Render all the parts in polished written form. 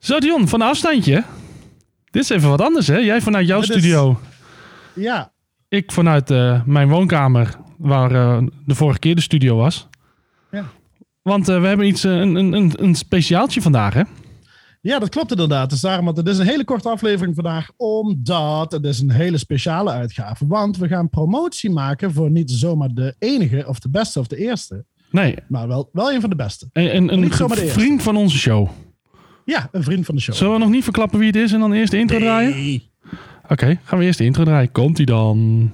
Zo Dion, van een afstandje. Dit is even wat anders, hè? Jij vanuit jouw studio. Ja. Ik vanuit mijn woonkamer, waar de vorige keer de studio was. Ja. Want we hebben een speciaaltje vandaag, hè? Ja, dat klopt inderdaad. Dus daarom, want het is een hele korte aflevering vandaag, omdat het is een hele speciale uitgave. Want we gaan promotie maken voor niet zomaar de enige of de beste of de eerste. Nee. Maar wel een van de beste. Een vriend van onze show. Ja, een vriend van de show. Zullen we nog niet verklappen wie het is en dan eerst de intro draaien? Oké, gaan we eerst de intro draaien. Komt-ie dan.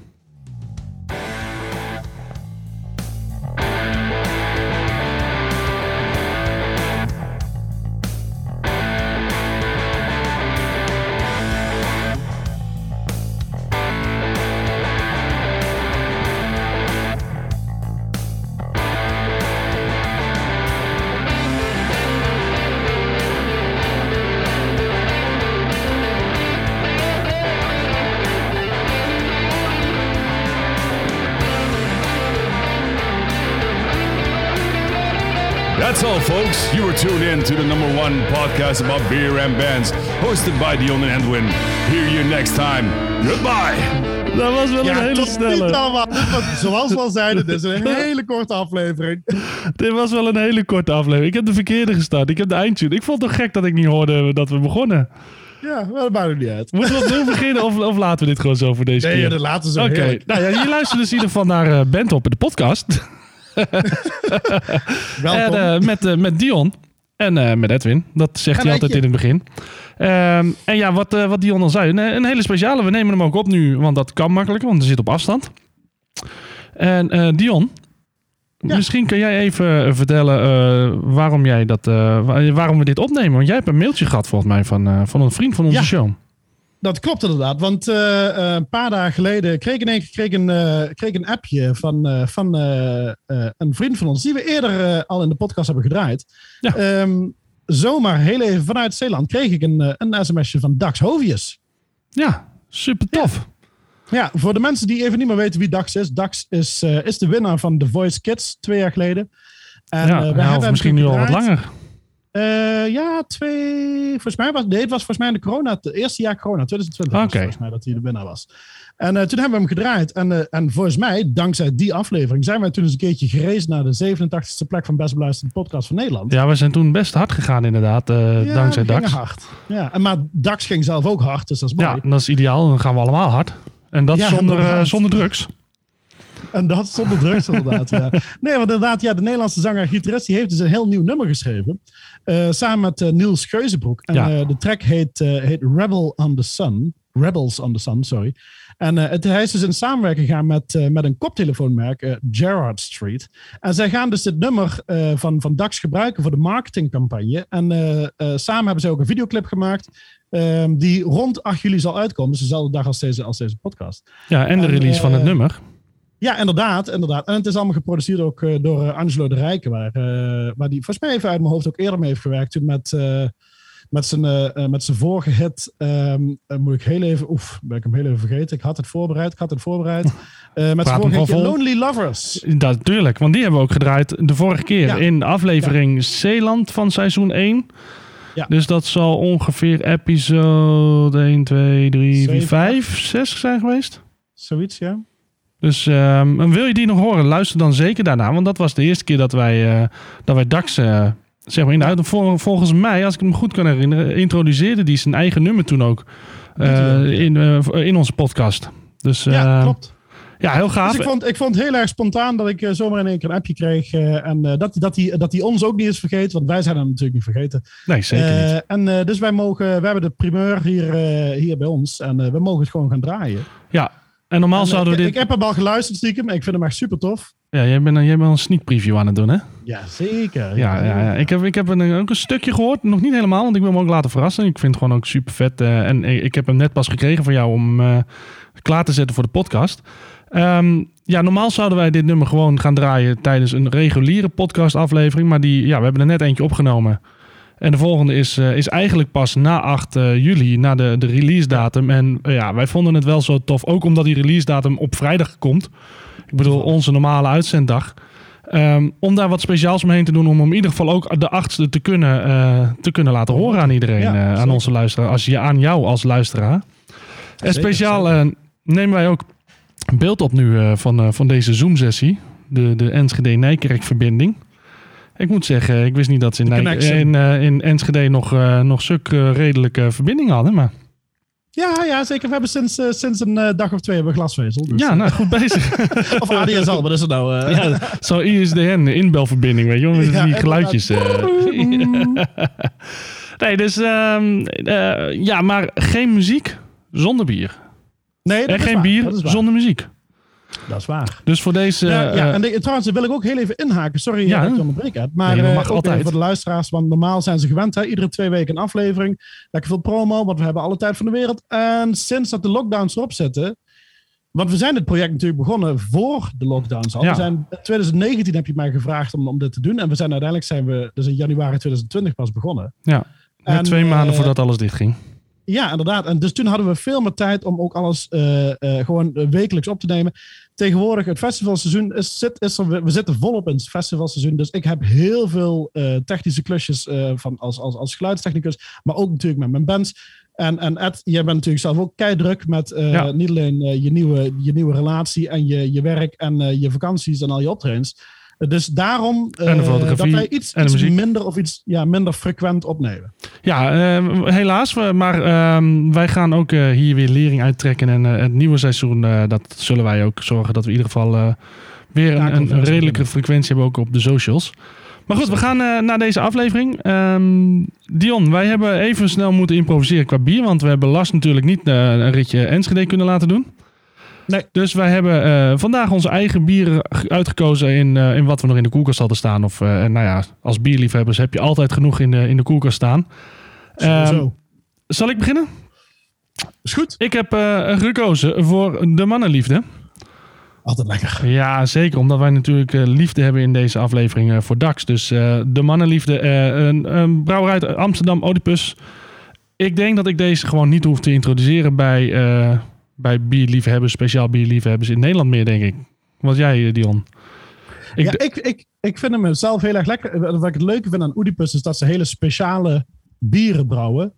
That's all, folks. You were tuned in to the #1 podcast about beer and bands, hosted by Dion and Edwin. Hear you next time. Goodbye. Dat was wel een hele snelle. Zoals we al zeiden, dit is een hele korte aflevering. Dit was wel een hele korte aflevering. Ik heb de verkeerde gestart. Ik heb de eindtune. Ik vond het toch gek dat ik niet hoorde dat we begonnen. Ja, dat maakt het niet uit. Moeten we opnieuw beginnen of laten we dit gewoon zo voor deze keer? Nee, dat laten we zo. Oké. Nou ja, je luistert dus in ieder geval naar Bandhop in de podcast. Welkom. Met Dion en met Edwin. Dat zegt hij altijd in het begin. En ja, wat Dion al zei, een hele speciale. We nemen hem ook op nu, want dat kan makkelijker, want hij zit op afstand. En Dion, misschien kun jij even vertellen waarom we dit opnemen. Want jij hebt een mailtje gehad volgens mij van een vriend van onze show. Dat klopt inderdaad, want een paar dagen geleden kreeg ik een appje van een vriend van ons, die we eerder al in de podcast hebben gedraaid. Ja. Zomaar heel even vanuit Zeeland kreeg ik een sms'je van Dax Hovius. Ja, super tof. Ja, voor de mensen die even niet meer weten wie Dax is. Dax is de winnaar van The Voice Kids 2 jaar geleden. En, of misschien nu al wat langer. Volgens mij het was volgens mij in de corona, het eerste jaar corona, 2020 was volgens mij dat hij de winnaar was. En toen hebben we hem gedraaid en volgens mij, dankzij die aflevering, zijn wij toen eens een keertje gereisd naar de 87e plek van best beluisterde podcast van Nederland. Ja, we zijn toen best hard gegaan inderdaad, dankzij Dax. Hard. Ja, maar Dax ging zelf ook hard, dus dat is mooi. Ja, dat is ideaal, dan gaan we allemaal hard. En dat zonder drugs. En dat zonder drugs inderdaad, ja. Nee, want inderdaad, de Nederlandse zanger-gitarist, die heeft dus een heel nieuw nummer geschreven. Samen met Niels Geuzenbroek. En de track heet Rebels on the Sun, sorry. En hij is dus in samenwerking gegaan met een koptelefoonmerk, Gerard Street. En zij gaan dus dit nummer van Dax gebruiken voor de marketingcampagne. En samen hebben ze ook een videoclip gemaakt die rond 8 juli zal uitkomen. Dus dezelfde dag als deze podcast. Ja, en de release van het nummer. Ja, inderdaad. En het is allemaal geproduceerd ook door Angelo de Rijken, waar die volgens mij even uit mijn hoofd ook eerder mee heeft gewerkt. Toen met zijn vorige hit, moet ik heel even, ben ik hem heel even vergeten. Ik had het voorbereid. Met zijn vorige hit, Lonely Lovers. Natuurlijk, want die hebben we ook gedraaid de vorige keer in aflevering Zeeland van seizoen 1. Ja. Dus dat zal ongeveer episode 1, 2, 3, 4, 5, 6 zijn geweest. Zoiets, ja. Dus wil je die nog horen, luister dan zeker daarna. Want dat was de eerste keer dat wij Dax zeg maar in de uitzending. Volgens mij, als ik me goed kan herinneren, introduceerde die zijn eigen nummer toen ook in onze podcast. Dus, klopt. Ja, heel gaaf. Dus ik vond het heel erg spontaan dat ik zomaar in één keer een appje kreeg. En dat hij ons ook niet is vergeten. Want wij zijn hem natuurlijk niet vergeten. Nee, zeker niet. En dus we hebben de primeur hier bij ons. En we mogen het gewoon gaan draaien. Ja. En normaal zouden we dit... Ik heb hem al geluisterd stiekem. Ik vind hem echt super tof. Ja, jij bent een sneak preview aan het doen, hè? Ja, zeker. Ja. Ik heb ook een stukje gehoord. Nog niet helemaal, want ik wil hem ook laten verrassen. Ik vind het gewoon ook super vet. En ik heb hem net pas gekregen van jou om klaar te zetten voor de podcast. Normaal zouden wij dit nummer gewoon gaan draaien tijdens een reguliere podcastaflevering. Maar we hebben er net eentje opgenomen. En de volgende is eigenlijk pas na 8 juli, na de release datum. En wij vonden het wel zo tof, ook omdat die release datum op vrijdag komt. Ik bedoel, onze normale uitzenddag. Om daar wat speciaals omheen te doen. Om in ieder geval ook de 8e te kunnen laten horen aan iedereen. Aan onze luisteraar. Aan jou als luisteraar. En speciaal nemen wij ook beeld op nu van deze Zoom-sessie. De Enschede-Nijkerk verbinding. Ik moet zeggen, ik wist niet dat ze in Enschede nog zulke redelijke verbinding hadden. Maar... Ja, zeker. We hebben sinds een dag of 2 hebben we glasvezel. Dus. Ja, nou, goed bezig. Of ADSL, wat is het nou? Zo ISDN, inbelverbinding, weet je wel, met die geluidjes. Nee, dus maar geen muziek zonder bier. Nee, en geen bier zonder muziek. Dat is waar. Dus voor deze... en trouwens, wil ik ook heel even inhaken. Sorry dat ik je onderbreek heb. Maar dat mag altijd. Voor de luisteraars, want normaal zijn ze gewend. Iedere 2 weken een aflevering. Lekker veel promo, want we hebben alle tijd van de wereld. En sinds dat de lockdowns erop zitten... Want we zijn dit project natuurlijk begonnen voor de lockdowns al. Ja. In 2019 heb je mij gevraagd om dit te doen. En uiteindelijk zijn we dus in januari 2020 pas begonnen. Ja, net 2 maanden voordat alles dichtging. Ja, inderdaad. En dus toen hadden we veel meer tijd om ook alles gewoon wekelijks op te nemen. Tegenwoordig, het festivalseizoen we zitten volop in het festivalseizoen. Dus ik heb heel veel technische klusjes als geluidstechnicus. Maar ook natuurlijk met mijn bands. En Ed, jij bent natuurlijk zelf ook keidruk met niet alleen je nieuwe relatie en je werk en je vakanties en al je optredens. Dus daarom dat wij iets minder of iets minder frequent opnemen. Ja, helaas. Maar wij gaan ook hier weer lering uittrekken. En het nieuwe seizoen, dat zullen wij ook zorgen dat we in ieder geval weer een redelijke frequentie hebben ook op de socials. Maar goed, we gaan naar deze aflevering. Dion, wij hebben even snel moeten improviseren qua bier. Want we hebben Lars natuurlijk niet een ritje Enschede kunnen laten doen. Nee. Dus wij hebben vandaag onze eigen bieren uitgekozen in wat we nog in de koelkast hadden staan. Of als bierliefhebbers heb je altijd genoeg in de koelkast staan. Zal ik beginnen? Is goed. Ik heb gekozen voor de mannenliefde. Altijd lekker. Ja, zeker. Omdat wij natuurlijk liefde hebben in deze aflevering voor Dax. Dus de mannenliefde. Een brouwerij uit Amsterdam, Oedipus. Ik denk dat ik deze gewoon niet hoef te introduceren bij bierliefhebbers, speciaal bierliefhebbers in Nederland meer, denk ik. Wat jij, Dion? Ik vind hem zelf heel erg lekker. Wat ik het leuke vind aan Oedipus is dat ze hele speciale bieren brouwen.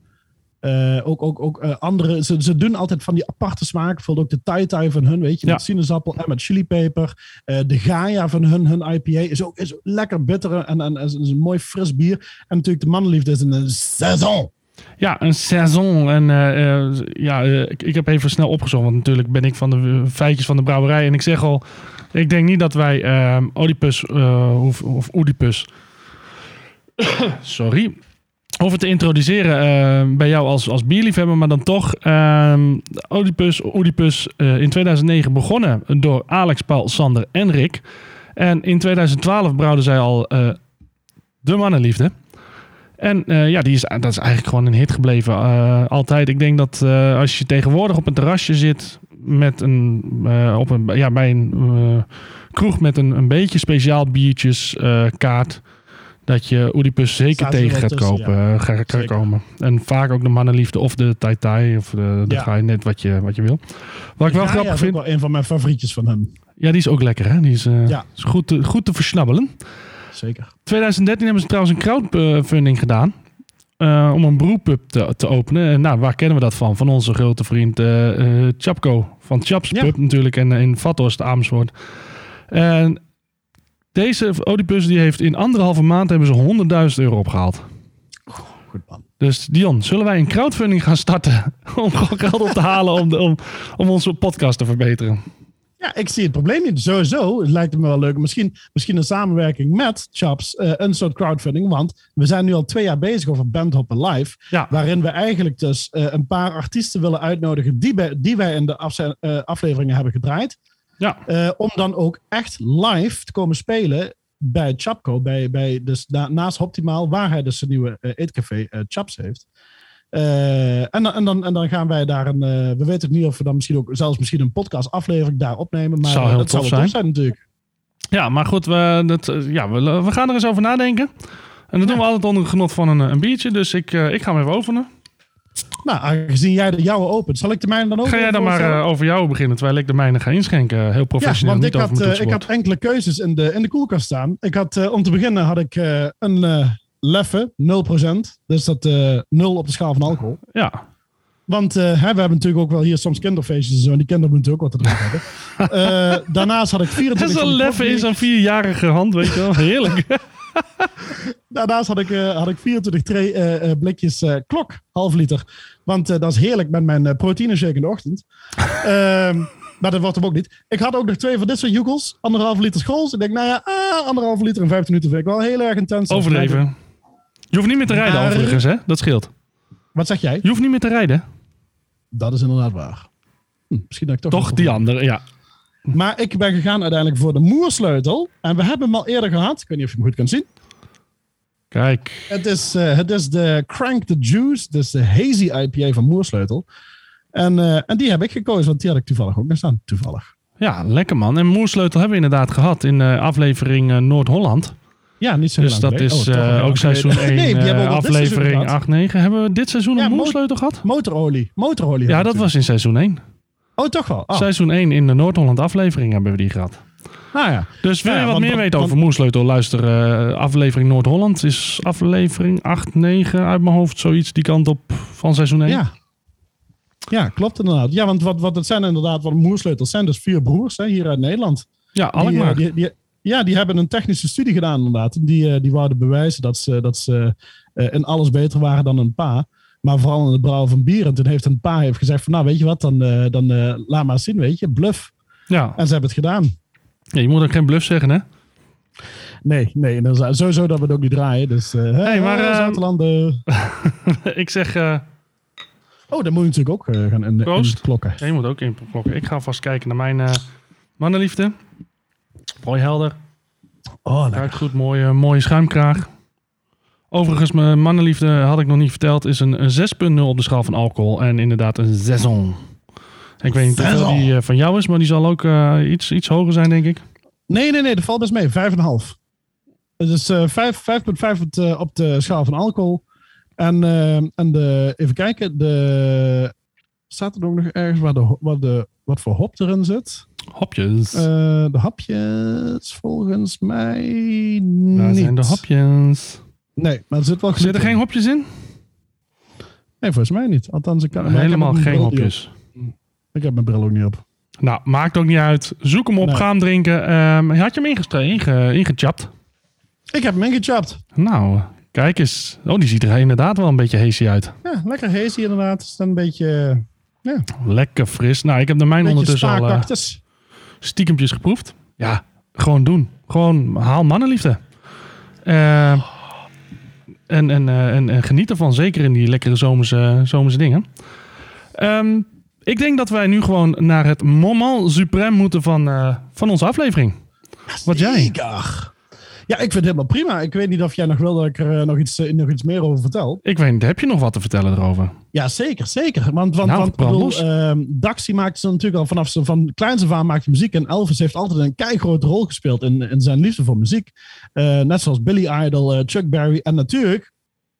Ook andere... Ze doen altijd van die aparte smaak. Bijvoorbeeld ook de Tai van hun, weet je. Met sinaasappel en met chilipeper. De Gaia van hun IPA is ook lekker bitter en is een mooi fris bier. En natuurlijk de mannenliefde is een saison. Ja, een saison. En ik heb even snel opgezocht. Want natuurlijk ben ik van de feitjes van de brouwerij. En ik zeg al, ik denk niet dat wij Oedipus of Oedipus... Sorry... Hoeven te introduceren bij jou als bierliefhebber, maar dan toch. Oedipus in 2009 begonnen door Alex, Paul, Sander en Rick. En in 2012 brouwden zij al de mannenliefde. En dat is eigenlijk gewoon een hit gebleven. Altijd. Ik denk dat als je tegenwoordig op een terrasje zit met bij een kroeg met een beetje speciaal biertjes kaart, dat je Oedipus zeker tegen gaat komen. En vaak ook de mannenliefde of de tai of de ga je net wat je wil. Wat ik wel grappig vind. Dat is wel een van mijn favorietjes van hem. Ja, die is ook lekker, hè? Die is goed te versnabbelen. Zeker. 2013 hebben ze trouwens een crowdfunding gedaan om een brewpub te openen. En waar kennen we dat van? Van onze grote vriend Chapco van Chaps Pub natuurlijk en in Vathorst, Amersfoort. En deze Oedipus die heeft in 1,5 maand hebben ze €100.000 opgehaald. Goed man. Dus Dion, zullen wij een crowdfunding gaan starten om gewoon geld op te halen om onze podcast te verbeteren? Ja, ik zie het probleem niet. Sowieso, het lijkt me wel leuk. Misschien een samenwerking met Chaps, een soort crowdfunding. Want we zijn nu al 2 jaar bezig over Bandhoppen Live. Ja. Waarin we eigenlijk dus een paar artiesten willen uitnodigen die wij in de afleveringen hebben gedraaid. Ja. Om dan ook echt live te komen spelen bij Chapco, dus naast Optimaal, waar hij dus zijn nieuwe eetcafé Chaps heeft. En dan gaan wij daar we weten niet of we dan misschien een podcast aflevering daar opnemen, maar zou dat zou wel tof zijn natuurlijk. Ja, maar goed, we gaan er eens over nadenken. En dat doen we altijd onder het genot van een biertje, dus ik ga hem even openen. Nou, aangezien jij de jouwe opent, zal ik de mijne dan ook... Ga jij dan maar over jou beginnen, terwijl ik de mijne ga inschenken. Heel professioneel, want niet over mijn ik toetsenbord. had enkele keuzes in de koelkast staan. Ik had, om te beginnen had ik een leffe, 0%. Dus dat 0 op de schaal van alcohol. Ja. Want we hebben natuurlijk ook wel hier soms kinderfeestjes en zo. En die kinderen moeten ook wat te drinken hebben. Daarnaast had ik 24... Dat is een leffe in zo'n 4-jarige hand, weet je wel. Heerlijk. Daarnaast had ik 24 blikjes klok, half liter. Want dat is heerlijk met mijn proteïne shake in de ochtend. Maar dat wordt hem ook niet. Ik had ook nog 2 van dit soort joekels. 1,5 liter Schols. Ik denk, nou ja, 1,5 liter en 15 minuten vind ik wel heel erg intens. Overdreven. Je hoeft niet meer te rijden overigens, hè? Dat scheelt. Wat zeg jij? Je hoeft niet meer te rijden. Dat is inderdaad waar. Misschien dat ik toch die andere, ja. Maar ik ben gegaan uiteindelijk voor de Moersleutel. En we hebben hem al eerder gehad. Ik weet niet of je hem goed kan zien. Kijk. Het is de Crank the Juice. Dus de Hazy IPA van Moersleutel. En die heb ik gekozen, want die had ik toevallig ook nog staan. Toevallig. Ja, lekker man. En Moersleutel hebben we inderdaad gehad in aflevering Noord-Holland. Ja, niet zo dus dat is ook seizoen 1, nee, aflevering 8, 9. Hebben we dit seizoen een Moersleutel gehad? Motorolie. Ja, dat was in seizoen 1. Oh, toch wel? Oh. Seizoen 1 in de Noord-Holland aflevering hebben we die gehad. Nou ja. Dus wil je wat meer weten over Moersleutel, luister aflevering Noord-Holland. Is aflevering 8, 9 uit mijn hoofd. Zoiets die kant op van seizoen 1. Ja, klopt inderdaad. Ja, want wat het zijn inderdaad, wat Moersleutels zijn dus 4 broers hier uit Nederland. Ja, Alkmaar. Die hebben een technische studie gedaan inderdaad. Die wouden bewijzen dat ze in alles beter waren dan hun pa. Maar vooral in het brouwen van bier. En toen heeft hun pa gezegd van, nou weet je wat, dan laat maar zien, weet je. Bluff. Ja. En ze hebben het gedaan. Ja, je moet ook geen bluff zeggen, hè? Nee, sowieso dat we het ook niet draaien. Dus, Zuidlanden. Ik zeg... Oh, dan moet je natuurlijk ook gaan in klokken. Ja, je moet ook in klokken. Ik ga vast kijken naar mijn mannenliefde. Mooi helder. Oh, ruikt goed. Mooie schuimkraag. Overigens, mijn mannenliefde had ik nog niet verteld. Is een 6,0 op de schaal van alcohol. En inderdaad een saison. Ik weet niet hoeveel die van jou is, maar die zal ook iets hoger zijn, denk ik. Nee, dat valt best mee. 5,5. Het is 5,5 op de schaal van alcohol. En even kijken. Staat er ook nog ergens wat voor hop erin zit? Hopjes. De hapjes volgens mij niet. Waar zijn de hopjes? Nee, maar er zit wel... Zitten er geen hopjes in? Nee, volgens mij niet. Althans, helemaal geen hopjes. Ik heb mijn bril ook niet op. Nou, maakt ook niet uit. Zoek hem op, ga hem drinken. Had je hem ingechapt? Ik heb hem ingechapt. Nou, kijk eens. Oh, die ziet er inderdaad wel een beetje hazy uit. Ja, lekker hazy inderdaad. Het is een beetje... Ja. Lekker fris. Nou, ik heb de mijne ondertussen al stiekempjes geproefd. Ja, gewoon doen. Gewoon haal mannenliefde. En geniet ervan. Zeker in die lekkere zomerse dingen. Ik denk dat wij nu gewoon naar het moment suprême moeten van onze aflevering. Wat jij? Ja, ik vind het helemaal prima. Ik weet niet of jij nog wil dat ik er nog iets meer over vertel. Ik weet niet, heb je nog wat te vertellen erover? Ja, zeker. Want Dax maakt ze natuurlijk al van kleins af aan maakt muziek. En Elvis heeft altijd een keigrote rol gespeeld in zijn liefde voor muziek. Net zoals Billy Idol, Chuck Berry en natuurlijk...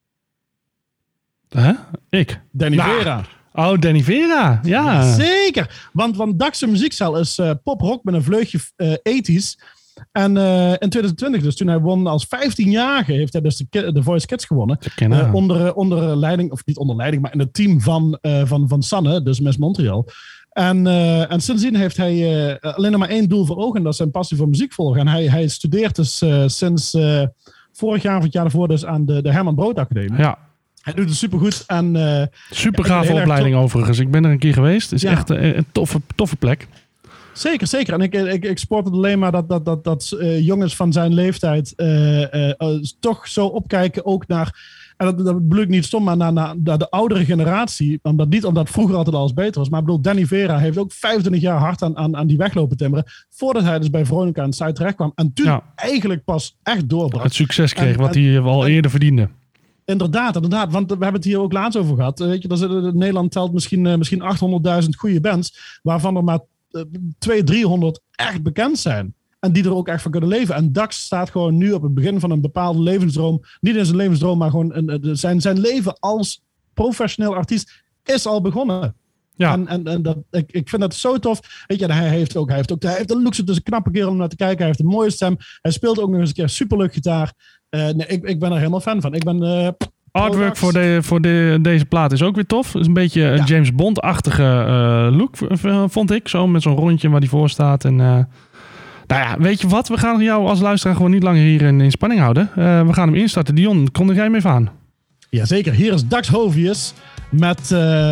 Ik? Danny Vera. Oh, Danny Vera. Ja. Zeker. Want Dax' muziekstijl is pop-rock met een vleugje 80's. En in 2020, dus toen hij won als 15-jarige, heeft hij dus de Voice Kids gewonnen. Onder leiding, of niet onder leiding, maar in het team van Sanne, dus Miss Montreal. En sindsdien heeft hij alleen nog maar één doel voor ogen, en dat is zijn passie voor muziek volgen. En hij studeert dus sinds vorig jaar of het jaar daarvoor dus aan de Herman Brood Academie. Ja. Hij doet het supergoed. Super gave opleiding overigens. Ik ben er een keer geweest. Het is echt een toffe plek. Zeker. En ik sport het alleen maar dat jongens van zijn leeftijd toch zo opkijken ook naar... En dat bedoel ik niet stom, maar naar de oudere generatie. Niet omdat vroeger altijd alles beter was. Maar ik bedoel, Danny Vera heeft ook 25 jaar hard aan die weg lopen timmeren. Voordat hij dus bij Veronica en Side terecht kwam. En toen eigenlijk pas echt doorbrak. Het succes kreeg wat hij al eerder verdiende. Inderdaad. Want we hebben het hier ook laatst over gehad. Weet je, Nederland telt misschien 800.000 goede bands. Waarvan er maar 200-300 echt bekend zijn. En die er ook echt van kunnen leven. En Dax staat gewoon nu op het begin van een bepaalde levensdroom. Niet in zijn levensdroom, maar gewoon zijn leven als professioneel artiest is al begonnen. Ja. En dat, ik vind dat zo tof. Weet je, hij heeft een look, het is een knappe kerel om naar te kijken. Hij heeft een mooie stem. Hij speelt ook nog eens een keer superleuk gitaar. Ik ben er helemaal fan van. Ik ben... Artwork voor deze plaat is ook weer tof. Het is een beetje een James Bond-achtige look, vond ik. Zo met zo'n rondje waar die voor staat. En, nou ja, weet je wat? We gaan jou als luisteraar gewoon niet langer hier in spanning houden. We gaan hem instarten. Dion, kondig jij hem even aan? Jazeker. Hier is Dax Hovius met...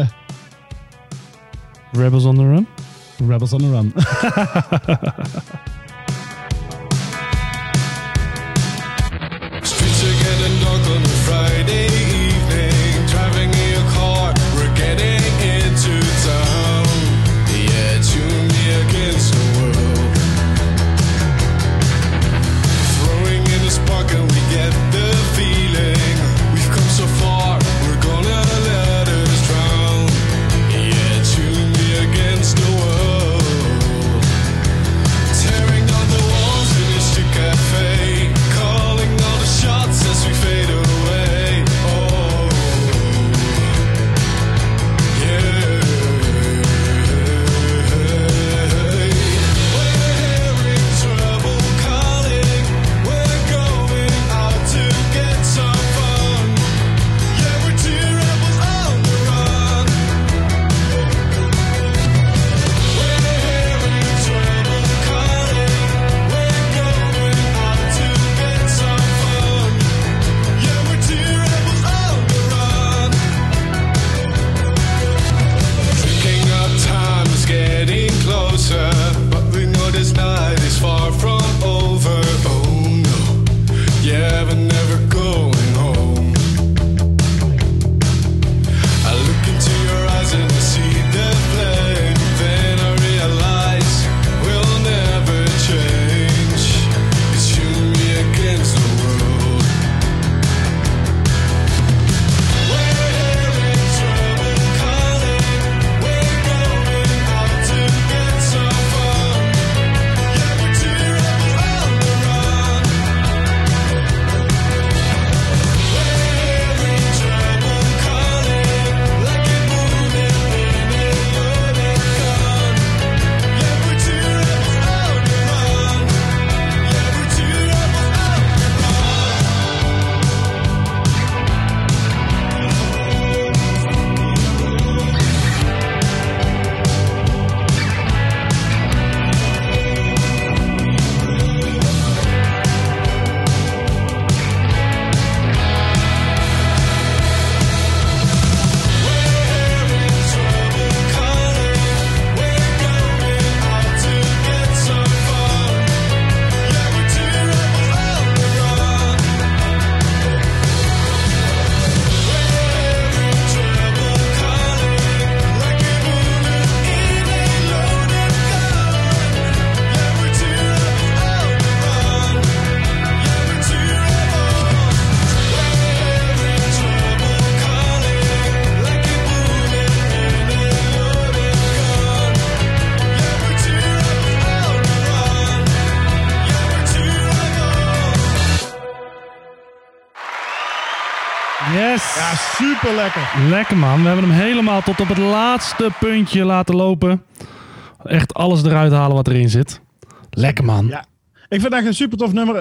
Rebels on the Run? Rebels on the Run. Streets are getting dark on a Friday evening. Driving in your car, we're getting into town. Yeah, tune me against the world. Throwing in the spark and we get the feeling. We've come so far, we're gonna let us drown. Yeah, tune me against the world. Tearing down the walls in a street cafe. Calling all the shots as we fade away. Oh, yeah. We're hearing trouble calling. We're going out to get some fun. Yeah, we're two rebels on the run. We're hearing trouble calling. We're going out to get some fun. Yeah, we're two rebels on the run. Drinking up time is getting closer, but we know this night is far from over. Oh no, yeah, we're never going home. I look into your eyes and I see the flame. Then I realize we'll never change. It's you and me against the world. We're hearing trouble calling. We're going out to get some fun. Yeah, we're two rebels on the run. We're hearing trouble calling, like a bullet in a loaded gun. Yeah, we're two rebels on the run. Yeah, we're two rebels on the Yes! Ja, super lekker. Lekker man. We hebben hem helemaal tot op het laatste puntje laten lopen. Echt alles eruit halen wat erin zit. Lekker man. Ja. Ik vind het echt een super tof nummer.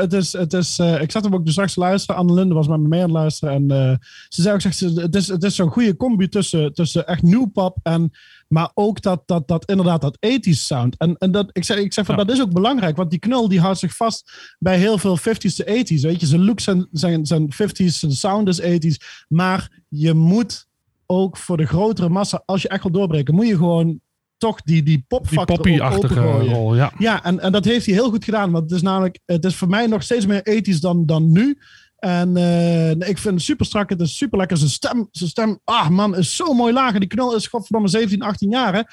Ik zat hem ook dus straks te luisteren. Annelinde was met me mee aan het luisteren. En ze zei ook, het is zo'n goede combi tussen echt new pop maar ook dat inderdaad dat 80s sound. En dat, ik zeg van, dat is ook belangrijk. Want die knul die houdt zich vast bij heel veel 50s to 80s. Weet je, zijn looks zijn 50s, zijn sound is 80s. Maar je moet ook voor de grotere massa, als je echt wil doorbreken, moet je gewoon toch die popfactor poppy-achtige rol, ja. Ja, en dat heeft hij heel goed gedaan. Want het is voor mij nog steeds meer 80s dan nu. En ik vind het super strak. Het is super lekker. Zijn stem, man, is zo mooi laag. En die knul is godverdomme 17, 18 jaar. Hè?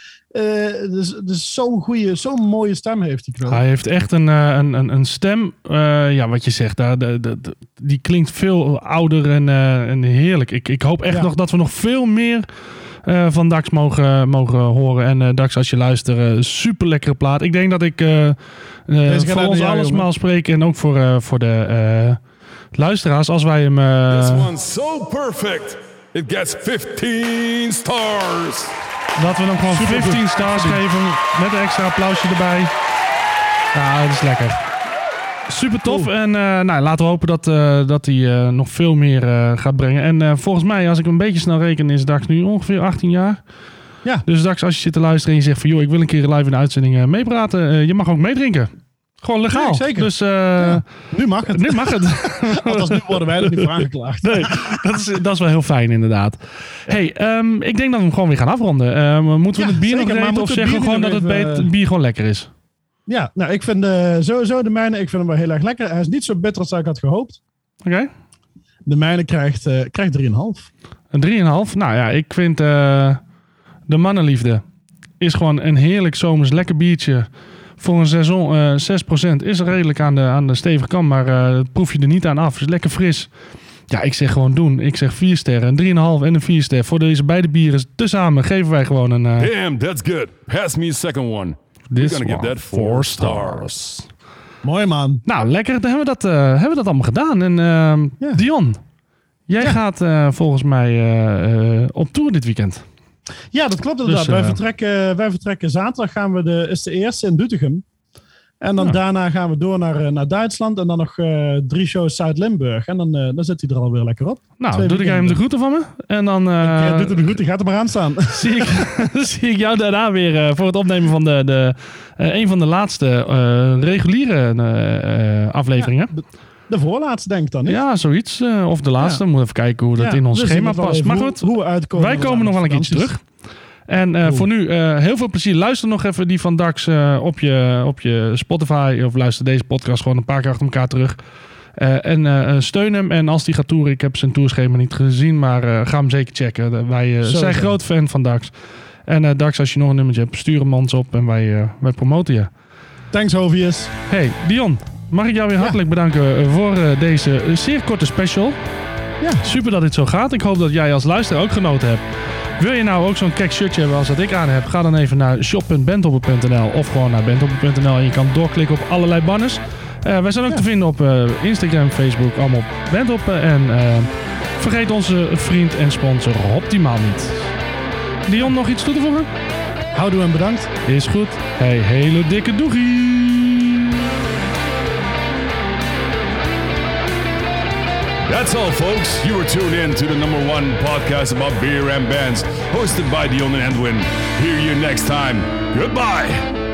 Dus zo'n mooie stem heeft die knul. Hij heeft echt een stem. Wat je zegt. Die klinkt veel ouder en heerlijk. Ik hoop echt nog dat we nog veel meer van Dax mogen horen. En Dax, als je luistert, super lekkere plaat. Ik denk dat ik voor ons allemaal spreek. En ook voor de luisteraars, als wij hem... This one's so perfect. it gets 15 stars. Laten we hem gewoon 15 stars geven met een extra applausje erbij. Nou, dat is lekker. Super tof. En laten we hopen dat hij nog veel meer gaat brengen. En volgens mij, als ik een beetje snel reken, is Dax nu ongeveer 18 jaar. Ja. Dus Dax, als je zit te luisteren en je zegt van... joh, ik wil een keer live in de uitzending meepraten. Je mag ook meedrinken. Gewoon legaal. Nee, zeker. Dus, nu mag het. Nu mag het. Althans, nu worden wij er niet voor aangeklaagd. Nee, dat is wel heel fijn inderdaad. Hey, ik denk dat we hem gewoon weer gaan afronden. Moeten we het bier nog reten of zeggen we gewoon dat het bier gewoon lekker is? Ja, nou, ik vind sowieso de mijne, ik vind hem wel heel erg lekker. Hij is niet zo bitter als ik had gehoopt. Oké. De mijne krijgt 3,5. Een 3,5? Nou ja, ik vind de mannenliefde is gewoon een heerlijk zomers lekker biertje. Voor een seizoen 6% is redelijk aan de stevige kant, maar proef je er niet aan af. Het is lekker fris. Ja, ik zeg gewoon doen. Ik zeg 4 sterren, een 3,5 en een 4 ster. Voor deze beide bieren tezamen geven wij gewoon een... Damn, that's good. Pass me a second one. We're gonna give that 4 stars. Mooi, man. Nou, lekker. Dan hebben we dat allemaal gedaan. En Dion, jij gaat volgens mij op tour dit weekend. Ja, dat klopt inderdaad. Wij vertrekken zaterdag. Is de eerste in Doetinchem. En dan daarna gaan we door naar Duitsland. En dan nog 3 shows Zuid-Limburg. En dan zit hij er alweer lekker op. Nou, doe ik hem de groeten van me. En dan... doe de groeten. Gaat er maar aan staan. zie ik jou daarna weer voor het opnemen van een van de laatste reguliere afleveringen. Ja, de voorlaatste denk ik dan, niet? Ja, zoiets. Of de laatste. We moeten even kijken hoe dat in ons schema past. Maar goed, wij komen nog wel een keertje terug. En voor nu, heel veel plezier. Luister nog even die van Dax op je Spotify. Of luister deze podcast gewoon een paar keer achter elkaar terug. En steun hem. En als die gaat toeren, ik heb zijn tourschema niet gezien. Maar ga hem zeker checken. Wij zijn groot fan van Dax. En Dax, als je nog een nummertje hebt, stuur hem ons op. En wij promoten je. Thanks, Hovius. Hey, Dion. Mag ik jou weer hartelijk bedanken voor deze zeer korte special. Ja. Super dat dit zo gaat. Ik hoop dat jij als luisteraar ook genoten hebt. Wil je nou ook zo'n kek shirtje hebben als dat ik aan heb? Ga dan even naar shop.bandhopper.nl of gewoon naar bandhopper.nl en je kan doorklikken op allerlei banners. Wij zijn ook te vinden op Instagram, Facebook, allemaal op Bandhopper. En vergeet onze vriend en sponsor Optimaal niet. Dion, nog iets toe te voegen? Houdoe en bedankt. Is goed. Hey, hele dikke doegie. That's all, folks. You were tuned in to the #1 podcast about beer and bands, hosted by Dion and Edwin. Hear you next time. Goodbye.